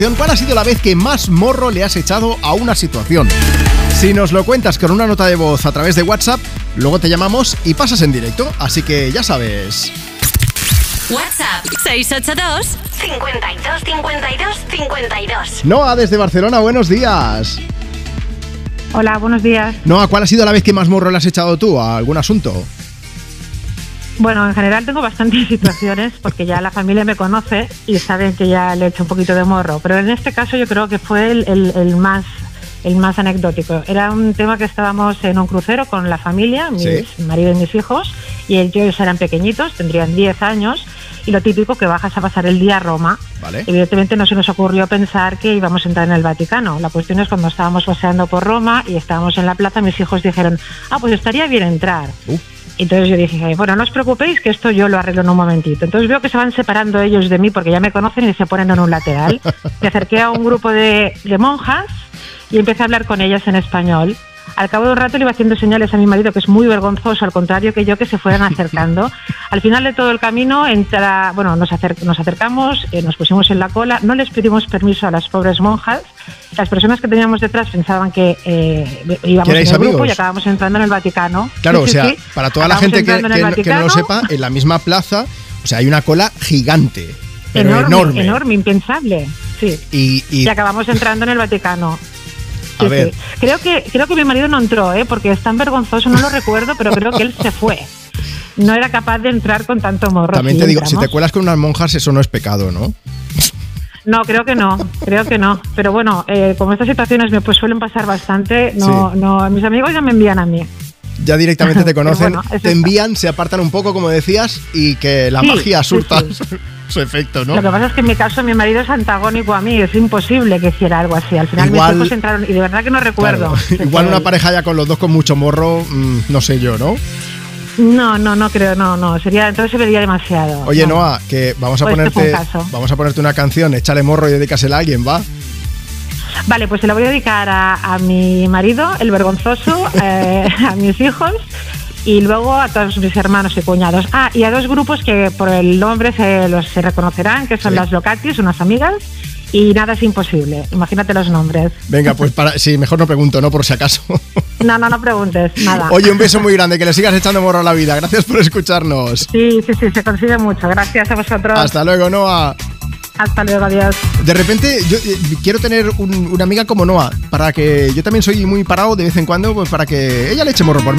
¿Cuál ha sido la vez que más morro le has echado a una situación? Si nos lo cuentas con una nota de voz a través de WhatsApp, luego te llamamos y pasas en directo. Así que ya sabes. WhatsApp 682 52 52 52. Noa, desde Barcelona, buenos días. Hola, buenos días. Noa, ¿cuál ha sido la vez que más morro le has echado tú a algún asunto? Bueno, en general tengo bastantes situaciones porque ya la familia me conoce y saben que ya le he hecho un poquito de morro, pero en este caso yo creo que fue el más anecdótico. Era un tema que estábamos en un crucero con la familia, mi marido y mis hijos, y ellos eran pequeñitos, tendrían 10 años, y lo típico que bajas a pasar el día a Roma. Vale. Evidentemente no se nos ocurrió pensar que íbamos a entrar en el Vaticano. La cuestión es cuando estábamos paseando por Roma y estábamos en la plaza, mis hijos dijeron, pues estaría bien entrar. Entonces yo dije, bueno, no os preocupéis que esto yo lo arreglo en un momentito. Entonces veo que se van separando ellos de mí porque ya me conocen y se ponen en un lateral. Me acerqué a un grupo de monjas y empecé a hablar con ellas en español. Al cabo de un rato le iba haciendo señales a mi marido, que es muy vergonzoso, al contrario que yo, que se fueran acercando. Al final de todo el camino nos acercamos, nos pusimos en la cola, no les pedimos permiso a las pobres monjas. Las personas que teníamos detrás pensaban que íbamos en el grupo amigos? Y acabamos entrando en el Vaticano. Claro, Sí, para toda la gente que no lo sepa, en la misma plaza, hay una cola gigante, pero enorme, impensable. Sí. Y acabamos entrando en el Vaticano. A ver. Sí. Creo que mi marido no entró, porque es tan vergonzoso, no lo recuerdo, pero creo que él se fue. No era capaz de entrar con tanto morro. También te digo, si te cuelas con unas monjas, eso no es pecado, ¿no? No, creo que no. Pero bueno, como estas situaciones me suelen pasar bastante, no, mis amigos ya me envían a mí. Ya directamente te conocen, bueno, te envían, se apartan un poco, como decías, y que la magia surta su efecto, ¿no? Lo que pasa es que en mi caso mi marido es antagónico a mí, es imposible que hiciera algo así. Al final mis hijos entraron y de verdad que no recuerdo. Claro, igual una pareja ya con los dos con mucho morro, no sé yo, ¿no? No creo, entonces se vería demasiado. Oye, Noa, que vamos a ponerte una canción, échale morro y dedícasela a alguien, ¿va? Vale, pues se la voy a dedicar a mi marido, el vergonzoso, a mis hijos y luego a todos mis hermanos y cuñados. Y a dos grupos que por el nombre se reconocerán, que son las Locatis, unas amigas, y Nada es imposible. Imagínate los nombres. Venga, pues mejor no pregunto, ¿no? Por si acaso. No preguntes, nada. Oye, un beso muy grande, que le sigas echando morro a la vida. Gracias por escucharnos. Sí, se consigue mucho. Gracias a vosotros. Hasta luego, Noa. Hasta luego, adiós. De repente, yo quiero tener una amiga como Noa, para que yo también soy muy parado de vez en cuando, pues para que ella le eche morro por mí.